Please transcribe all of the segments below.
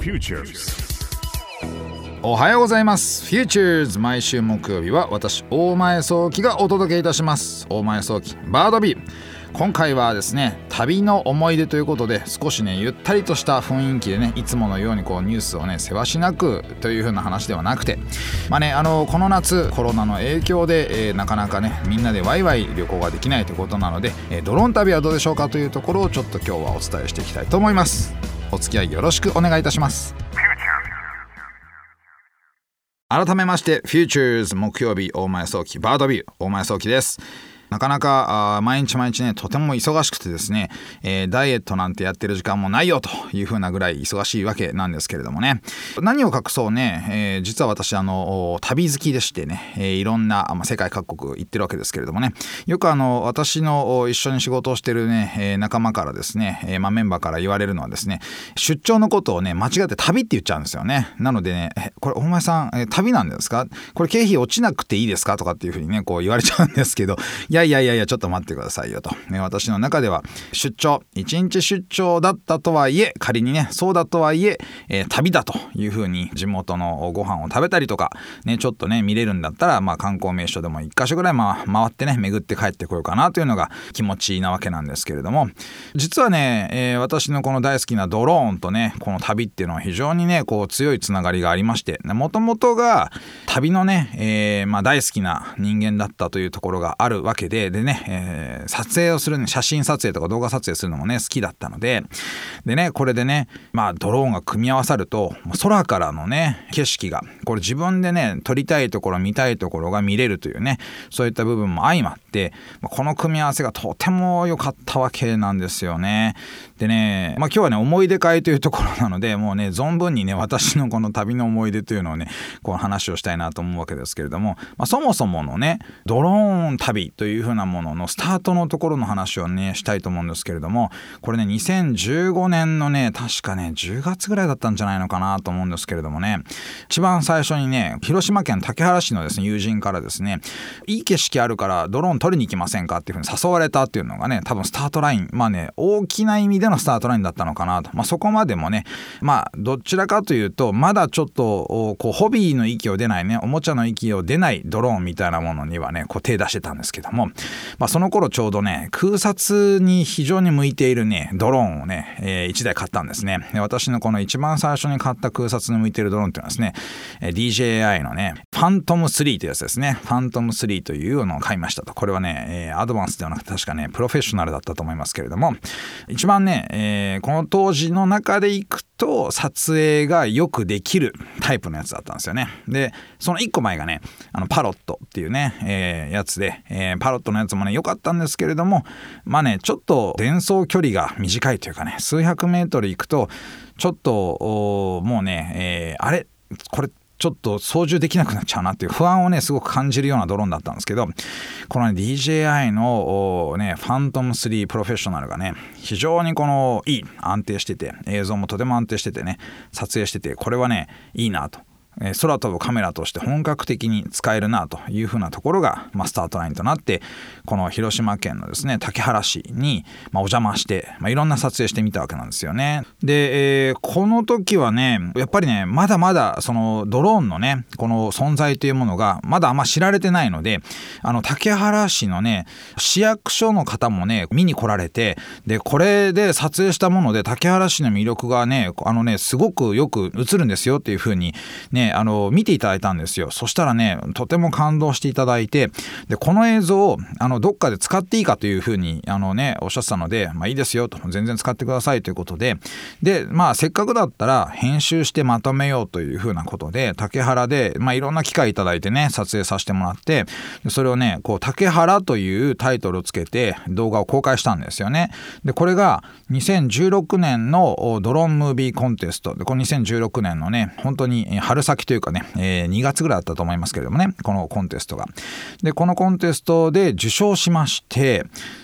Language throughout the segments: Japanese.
おはようございます。フューチャーズ、毎週木曜日は私大前早期がお届けいたします。大前早期バードビー。今回はですね、旅の思い出ということで、少しねゆったりとした雰囲気でね、いつものようにこうニュースをねせわしなくという風な話ではなくて、この夏コロナの影響で、なかなかねみんなでワイワイ旅行ができないということなので、ドローン旅はどうでしょうかというところをちょっと今日はお伝えしていきたいと思います。お付き合いよろしくお願いいたします。改めましてフューチャーズ木曜日大前早期バードビュー、大前早期です。なかなか毎日ねとても忙しくてですね、ダイエットなんてやってる時間もないよという風なぐらい忙しいわけなんですけれどもね、何を隠そうね、実は私旅好きでしてね、いろんな、世界各国行ってるわけですけれどもね、よく私の一緒に仕事をしてるね、仲間からですね、メンバーから言われるのはですね、出張のことをね間違って旅って言っちゃうんですよね。なのでね、これお前さん、旅なんですか、これ経費落ちなくていいですかとかっていう風にねこう言われちゃうんですけど、いやちょっと待ってくださいよと、私の中では出張1日出張だったとはいえ、仮にねそうだとはいえ旅だという風に地元のご飯を食べたりとかね、ちょっとね見れるんだったら、観光名所でも1カ所ぐらい回ってね巡って帰ってこようかなというのが気持ちなわけなんですけれども、実はね、私のこの大好きなドローンとねこの旅っていうのは非常にねこう強いつながりがありまして、もともとが旅のね、大好きな人間だったというところがあるわけでね、撮影をするね、写真撮影とか動画撮影するのもね好きだったのでね、これでねドローンが組み合わさると空からのね景色がこれ自分でね撮りたいところ見たいところが見れるというね、そういった部分も相まってこの組み合わせがとても良かったわけなんですよね。でね、今日はね思い出会というところなので、もうね存分にね私のこの旅の思い出というのをねこう話をしたいなと思うわけですけれども、そもそものねドローン旅というふうなもののスタートのところの話をねしたいと思うんですけれども、これね2015年のね確かね10月ぐらいだったんじゃないのかなと思うんですけれどもね、一番最初にね広島県竹原市のですね友人からですね、いい景色あるからドローン撮りに行きませんかっていうふうに誘われたっていうのがね、多分スタートライン、大きな意味でのスタートラインだったのかなと。そこまでもねどちらかというとまだちょっとこうホビーの域を出ないね、おもちゃの域を出ないドローンみたいなものにはねこう手出してたんですけども、その頃ちょうどね空撮に非常に向いているねドローンをね、1台買ったんですね。で私のこの一番最初に買った空撮に向いているドローンっていうのはですね、DJI のねファントム3というやつですね。ファントム3というのを買いましたと。これはね、アドバンスではなくて確かねプロフェッショナルだったと思いますけれども、一番ね、この当時の中でいくと撮影がよくできるタイプのやつだったんですよね。でその1個前がねパロットっていうね、やつで、パロットのやつもね良かったんですけれども、ちょっと伝送距離が短いというかね、数百メートル行くとちょっともうね、これちょっと操縦できなくなっちゃうなっていう不安をねすごく感じるようなドローンだったんですけど、この、DJI のねファントム3プロフェッショナルがね非常に安定してて、映像もとても安定しててね、撮影してて、これはねいいなと、空飛ぶカメラとして本格的に使えるなというふうなところが、スタートラインとなって、この広島県のですね竹原市に、お邪魔して、いろんな撮影してみたわけなんですよね。で、この時はねやっぱりねまだまだそのドローンのねこの存在というものがまだあんま知られてないので、竹原市のね市役所の方もね見に来られて、でこれで撮影したもので竹原市の魅力がねすごくよく映るんですよっていうふうにね見ていただいたんですよ。そしたらねとても感動していただいて、でこの映像をどっかで使っていいかというふうにおっしゃってたので、いいですよと、全然使ってくださいということで、せっかくだったら編集してまとめようというふうなことで竹原で、いろんな機会いただいてね撮影させてもらって、それをねこう竹原というタイトルをつけて動画を公開したんですよね。でこれが2016年のドローンムービーコンテストで、この2016年のね本当に春先というかね、2月ぐらいだったと思いますけれどもね、このコンテストが。でこのコンテストで受賞しまして、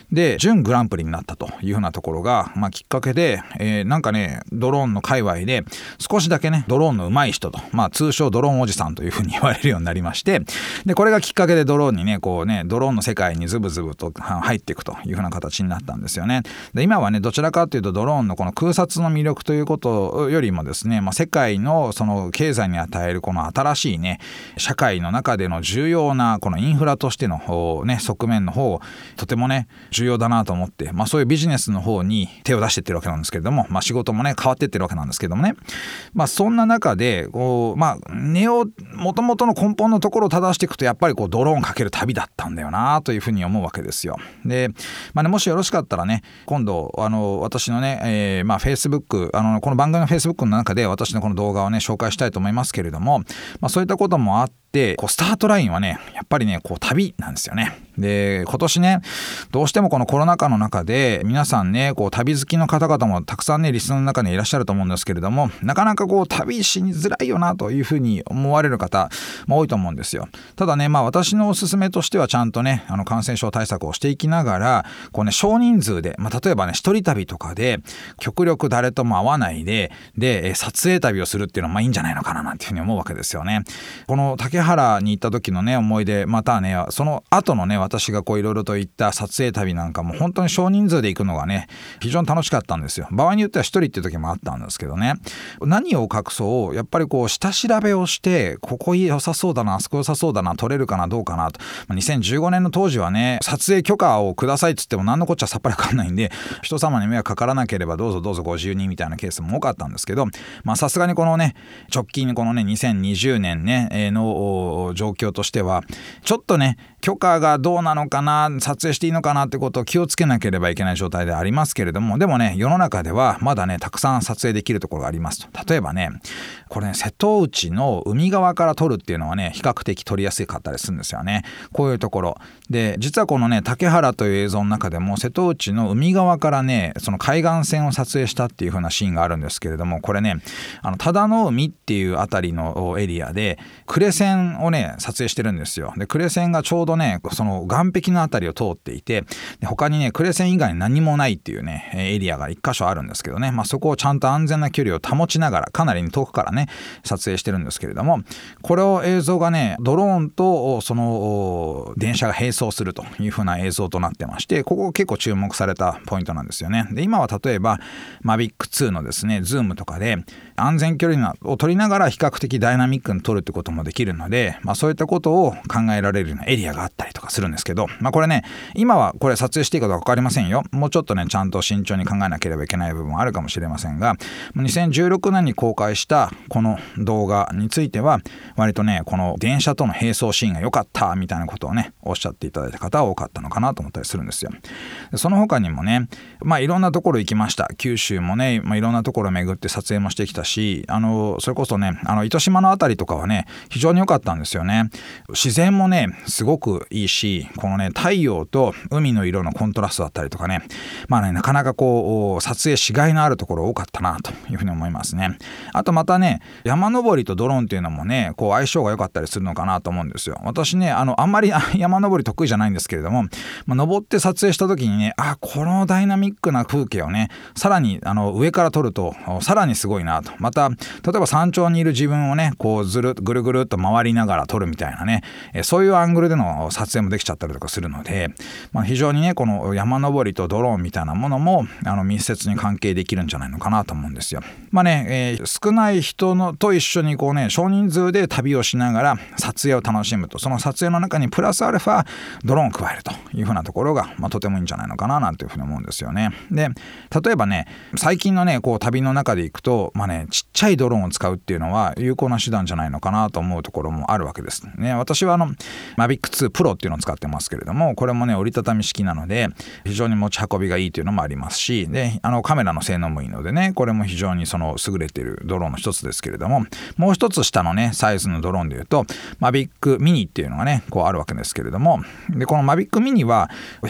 で準グランプリになったというふうなところが、きっかけで、なんかねドローンの界隈で少しだけねドローンの上手い人と、通称ドローンおじさんというふうに言われるようになりまして、でこれがきっかけでドローンにねドローンの世界にズブズブと入っていくというふうな形になったんですよね。で今はねどちらかというとドローンのこの空撮の魅力ということよりもですね、世界のその経済に与えるこの新しいね社会の中での重要なこのインフラとしての側面の方とてもね重要だなと思って、そういうビジネスの方に手を出していってるわけなんですけれども、仕事もね変わっていってるわけなんですけどもね、そんな中でもともとの根本のところを正していくとやっぱりドローンかける旅だったんだよなというふうに思うわけですよ。で、もしよろしかったらね今度私のね、Facebook この番組の Facebook の中で私のこの動画をね紹介したいと思いますけれども、そういったこともあってスタートラインはねやっぱりね旅なんですよね。で今年ねどうしてもこのコロナ禍の中で皆さんね旅好きの方々もたくさんねリスナーの中にいらっしゃると思うんですけれども、なかなか旅しづらいよなというふうに思われる方も多いと思うんですよ。ただね私のおすすめとしてはちゃんとね感染症対策をしていきながら少人数で、例えばね一人旅とかで極力誰とも会わないで撮影旅をするっていうのはいいんじゃないのかななんていうふうに思うわけですよね。この竹原に行った時のね思い出、またねその後のね私がいろいろと行った撮影旅なんかも本当に少人数で行くのがね非常に楽しかったんですよ。場合によっては一人っていう時もあったんですけどね、何を隠そうやっぱり下調べをしてここ良さそうだなあそこ良さそうだな撮れるかなどうかなと、2015年の当時はね撮影許可をくださいっつっても何のこっちゃさっぱり分かんないんで、人様に迷惑かからなければどうぞどうぞご自由にみたいなケースも多かったんですけど、さすがにこのね直近このね2020年ねの状況としてはちょっとね許可がどうなのかな撮影していいのかなってことを気をつけなければいけない状態でありますけれども、でもね世の中ではまだねたくさん撮影できるところがありますと。例えばねこれね瀬戸内の海側から撮るっていうのはね比較的撮りやすかったりするんですよね。こういうところで実はこのね竹原という映像の中でも瀬戸内の海側からねその海岸線を撮影したっていう風なシーンがあるんですけれども、これね忠野海っていうあたりのエリアで呉線をね撮影してるんですよ。で呉線がちょうどねその岸壁のあたりを通っていて、で他にね呉線以外に何もないっていうねエリアが一箇所あるんですけどね、そこをちゃんと安全な距離を保ちながらかなり遠くからね撮影してるんですけれども、これを映像がねドローンとその電車が並走するという風な映像となってまして、ここ結構注目されたポイントなんですよね。で今は例えば Mavic2 のですねズームとかで安全距離を取りながら比較的ダイナミックに撮るってこともできるので、そういったことを考えられるようなエリアがあったりとかするんですけど、これね今はこれ撮影していいかどうか分かりませんよ。もうちょっとねちゃんと慎重に考えなければいけない部分もあるかもしれませんが、2016年に公開したこの動画については割とねこの電車との並走シーンが良かったみたいなことをねおっしゃっていただいた方は多かったのかなと思ったりするんですよ。その他にもねいろんなところ行きました。九州もね、いろんなところ巡って撮影もしてきたし、それこそね糸島のあたりとかはね非常に良かったんですよね。自然もねすごくいいし、このね太陽と海の色のコントラストだったりとかね、なかなか撮影しがいのあるところ多かったなというふうに思いますね。あとまたね山登りとドローンっていうのもね相性が良かったりするのかなと思うんですよ。私ねあんまり山登り得意じゃないんですけれども、登って撮影した時にねこのダイナミックな風景をねさらに上から撮るとさらにすごいなと。また例えば山頂にいる自分をねぐるぐるっと回りながら撮るみたいなね、そういうアングルでの撮影もできちゃったりとかするので、非常にねこの山登りとドローンみたいなものも密接に関係できるんじゃないのかなと思うんですよ。少ない人と一緒に少人数で旅をしながら撮影を楽しむと、その撮影の中にプラスアルファドローンを加えるというふうなところが、とてもいいんじゃないのかななんていうふうに思うんですよね。で例えばね最近のね旅の中で行くとちっちゃいドローンを使うっていうのは有効な手段じゃないのかなと思うところもあるわけですね。私はMavic2 Pro っていうのを使ってますけれども、これもね折りたたみ式なので非常に持ち運びがいいというのもありますし、でカメラの性能もいいのでねこれも非常に優れているドローンの一つですけれども、もう一つ下のねサイズのドローンでいうと Mavic Mini っていうのがねあるわけですけれども、でこの Mavic Mini は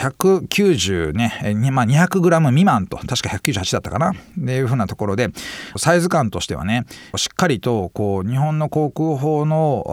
190ね、200g 未満と確か198だったかなっていう風なところで、サイズ感としてはねしっかりと日本の航空法の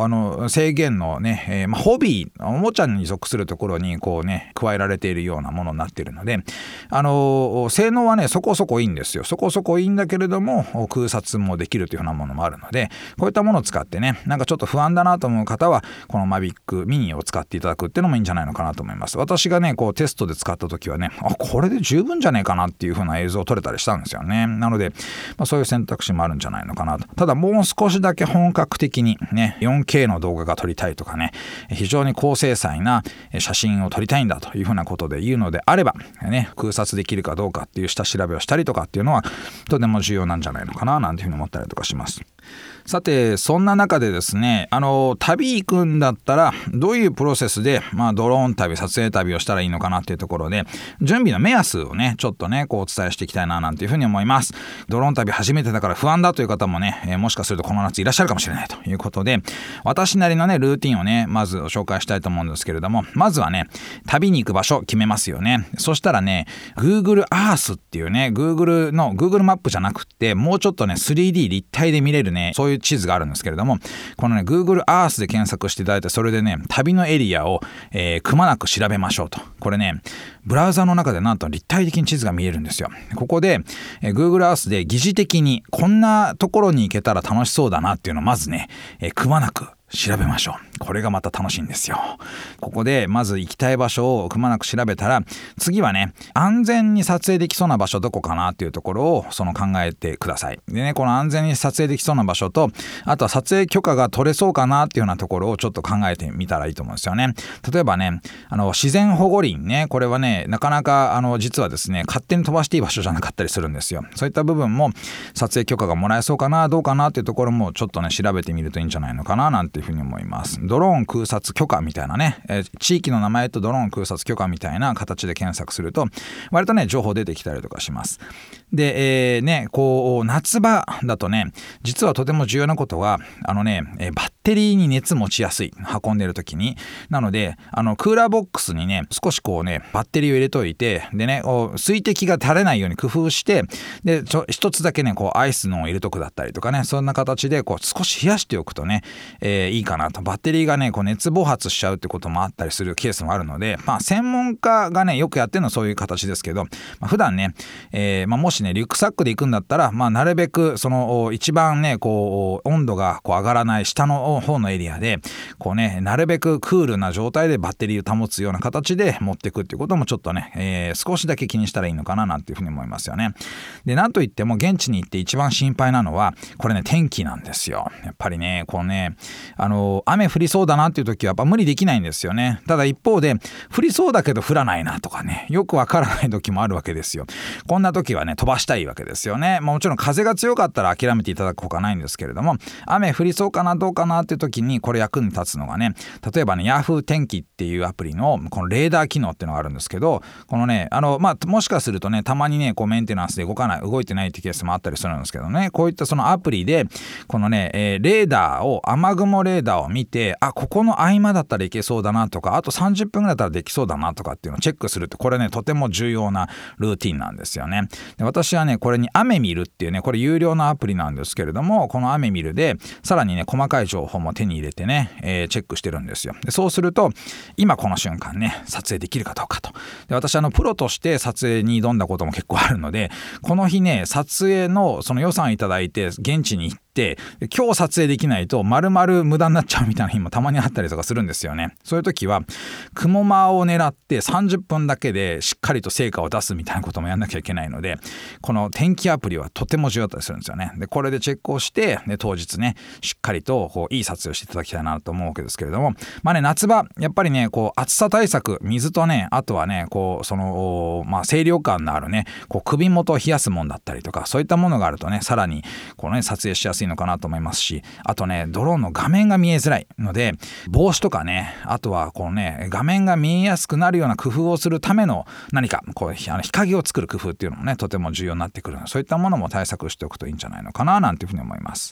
制限のね、ホビーおもちゃに属するところにこうね加えられているようなものになっているので、性能はねそこそこいいんですよ。そこそこいいんだけれども空撮もできるというようなものもあるので、こういったものを使ってね、なんかちょっと不安だなと思う方はこのマビックミニを使っていただくっていうのもいいんじゃないのかなと思います。私がねこうテストで使った時はね、これで十分じゃねえかなっていう風な映像を撮れたりしたんですよね。なので、そういう選択肢もあるんじゃないのかなと。ただもう少しだけ本格的にね 4K の動画が撮りたいとかね、非常に高精細な写真を撮りたいんだという風なことで言うのであればね、空撮できるかどうかっていう下調べをしたりとかっていうのはとても重要なんじゃないのかななんていうふうに思ったりとかします。さてそんな中でですね、旅行くんだったらどういうプロセスで、ドローン旅撮影旅をしたらいいのかなっていうところで、準備の目安をねちょっとねこうお伝えしていきたいななんていうふうに思います。ドローン旅初めてだから不安だという方もね、もしかするとこの夏いらっしゃるかもしれないということで、私なりのねルーティンをねまず紹介したいと思うんですけれども、まずはね旅に行く場所決めますよね。そしたらね Google Earth っていうね Google マップじゃなくってもうちょっとね 3D 立体で見れるねそういう地図があるんですけれども、このね Google Earth で検索していただいて、それでね旅のエリアを、くまなく調べましょうと。これねブラウザの中でなんと立体的に地図が見えるんですよ。ここで、Google Earth で疑似的にこんなところに行けたら楽しそうだなっていうのをまずね、くまなく調べましょう。これがまた楽しいんですよ。ここでまず行きたい場所をくまなく調べたら、次はね安全に撮影できそうな場所どこかなっていうところを考えてください。でねこの安全に撮影できそうな場所と、あとは撮影許可が取れそうかなっていうようなところをちょっと考えてみたらいいと思うんですよね。例えばね自然保護林ね、これはねなかなか実はですね勝手に飛ばしていい場所じゃなかったりするんですよ。そういった部分も撮影許可がもらえそうかなどうかなっていうところもちょっとね調べてみるといいんじゃないのかななんていうふうに思います。ドローン空撮許可みたいなね、地域の名前とドローン空撮許可みたいな形で検索すると割とね情報出てきたりとかします。で、こう夏場だとね実はとても重要なことはバッテリーに熱持ちやすい、運んでる時に。なのでクーラーボックスにね少しこうねバッテリーを入れといて、でね水滴が垂れないように工夫して、で一つだけねこうアイスのを入れとくだったりとかね、そんな形でこう少し冷やしておくとね、いいかなと。バッテリーがねこう熱暴発しちゃうってこともあったりするケースもあるので、専門家がねよくやってるのはそういう形ですけど、普段ね、もしねリュックサックで行くんだったら、なるべくその一番ねこう温度がこう上がらない下の方のエリアでこうねなるべくクールな状態でバッテリーを保つような形で持っていくっていうこともちょっとね、少しだけ気にしたらいいのかななんていうふうに思いますよね。でなんといっても現地に行って一番心配なのはこれね天気なんですよ。やっぱりねこうね雨降りそうだなっていう時はやっぱ無理できないんですよね。ただ一方で降りそうだけど降らないなとかね、よくわからない時もあるわけですよ。こんな時はね飛ばしたいわけですよね。もちろん風が強かったら諦めていただくほかないんですけれども、雨降りそうかなどうかなっていう時にこれ役に立つのがね、例えばね Yahoo 天気っていうアプリのこのレーダー機能っていうのがあるんですけど、このねもしかするとねたまにねこうメンテナンスで動いてないってケースもあったりするんですけどね、こういったそのアプリでこのね、レーダーを雨雲レーダーを見て、ここの合間だったらいけそうだなとか、あと30分ぐらいだったらできそうだなとかっていうのをチェックするって、これねとても重要なルーティンなんですよね。で私はねこれに雨見るっていうね、これ有料のアプリなんですけれども、この雨見るでさらにね細かい情報も手に入れてね、チェックしてるんですよ。でそうすると今この瞬間ね撮影できるかどうかと。で私プロとして撮影に挑んだことも結構あるので、この日ね撮影のその予算いただいて現地に行って今日撮影できないと丸々無駄になっちゃうみたいな日もたまにあったりとかするんですよね。そういう時は雲間を狙って30分だけでしっかりと成果を出すみたいなこともやんなきゃいけないので、この天気アプリはとても重要だったりするんですよね。でこれでチェックをしてで当日ねしっかりとこういい撮影をしていただきたいなと思うわけですけれども、夏場やっぱりねこう暑さ対策、水とねあとはねこうその清涼感のあるねこう首元を冷やすもんだったりとか、そういったものがあるとねさらにこのね撮影しやすいのかなと思いますし、あとねドローンの画面が見えづらいので帽子とかね、あとはこのね画面が見えやすくなるような工夫をするための何かこう日陰を作る工夫っていうのもねとても重要になってくるので、そういったものも対策しておくといいんじゃないのかななんていうふうに思います。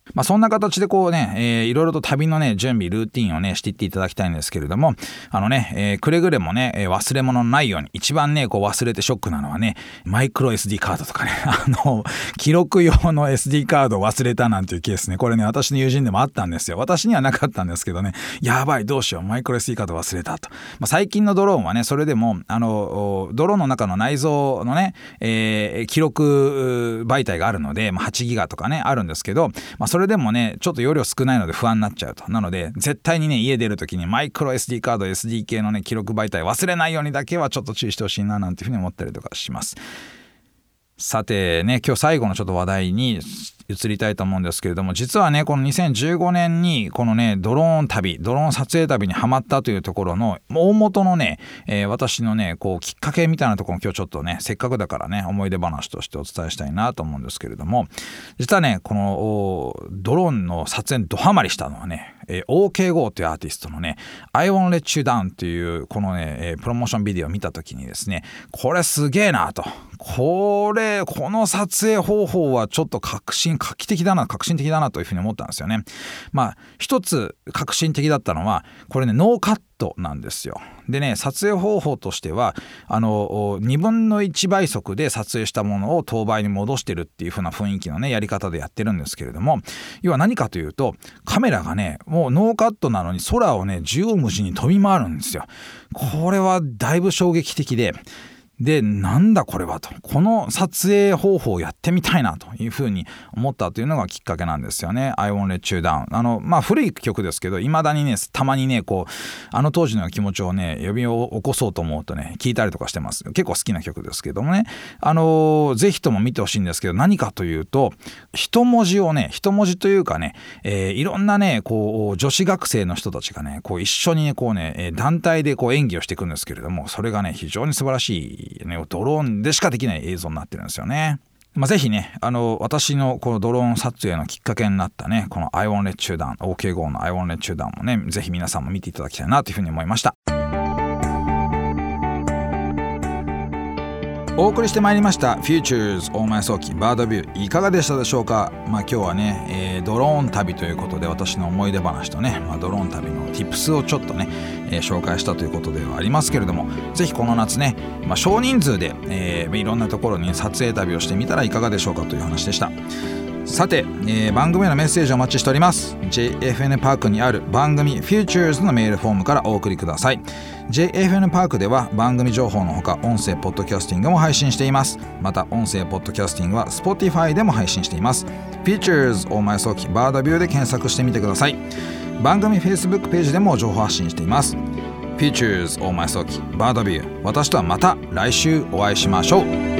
そんな形でこうね、いろいろと旅のね準備ルーティンをねしていっていただきたいんですけれども、くれぐれもね忘れ物のないように、一番ねこう忘れてショックなのはねマイクロ SD カードとかね記録用の SD カードを忘れたなんていうケースね、これね私の友人でもあったんですよ。私にはなかったんですけどね、やばいどうしようマイクロ SD カード忘れたと。最近のドローンはねそれでもドローンの中の内蔵のね、記録媒体があるので、8ギガとかねあるんですけど、それでもねちょっと容量少ないので不安になっちゃうと。なので絶対にね家出る時にマイクロ SD カード SD 系のね記録媒体忘れないようにだけはちょっと注意してほしいななんていうふうに思ったりとかします。さてね、今日最後のちょっと話題に移りたいと思うんですけれども、実はねこの2015年にこのねドローン撮影旅にハマったというところの大元のね、私のねこうきっかけみたいなところを今日ちょっとねせっかくだからね思い出話としてお伝えしたいなと思うんですけれども、実はねこのドローンの撮影にドハマりしたのはねOK-GO というアーティストのね I Won't Let You Down っていうこのねプロモーションビデオを見た時にですね、これすげえなと、この撮影方法はちょっと革新的だなというふうに思ったんですよね。一つ革新的だったのはこれねノーカットなんですよ。でね撮影方法としては2分の1倍速で撮影したものを等倍に戻してるっていう風な雰囲気のねやり方でやってるんですけれども、要は何かというとカメラがねもうノーカットなのに空をね縦横無尽に飛び回るんですよ。これはだいぶ衝撃的でなんだこれはと、この撮影方法をやってみたいなというふうに思ったというのがきっかけなんですよね。 I Won't Let You Down 古い曲ですけど未だにねたまにねこう当時の気持ちをね呼び起こそうと思うとね聞いたりとかしてます。結構好きな曲ですけどもね、ぜひとも見てほしいんですけど、何かというと一文字というかね、いろんなねこう女子学生の人たちがねこう一緒にねこうね団体でこう演技をしていくんですけれども、それがね非常に素晴らしいドローンでしかできない映像になってるんですよね。ぜひね私のこのドローン撮影のきっかけになったねこの I Won't Let You Down OK-GO の I Won't Let You Down もねぜひ皆さんも見ていただきたいなというふうに思いました。お送りしてまいりました Futures 大前早期バードビューいかがでしたでしょうか。今日はね、ドローン旅ということで私の思い出話とね、ドローン旅の Tips をちょっとね、紹介したということではありますけれども、ぜひこの夏ね、少人数で、いろんなところに撮影旅をしてみたらいかがでしょうかという話でした。さて、番組へのメッセージをお待ちしております。 JFN パークにある番組 Futures のメールフォームからお送りください。 JFN パークでは番組情報のほか音声ポッドキャスティングも配信しています。また音声ポッドキャスティングは Spotify でも配信しています。 Futures 大前早期バードビューで検索してみてください。番組 Facebook ページでも情報発信しています。 Futures 大前早期バードビュー、私とはまた来週お会いしましょう。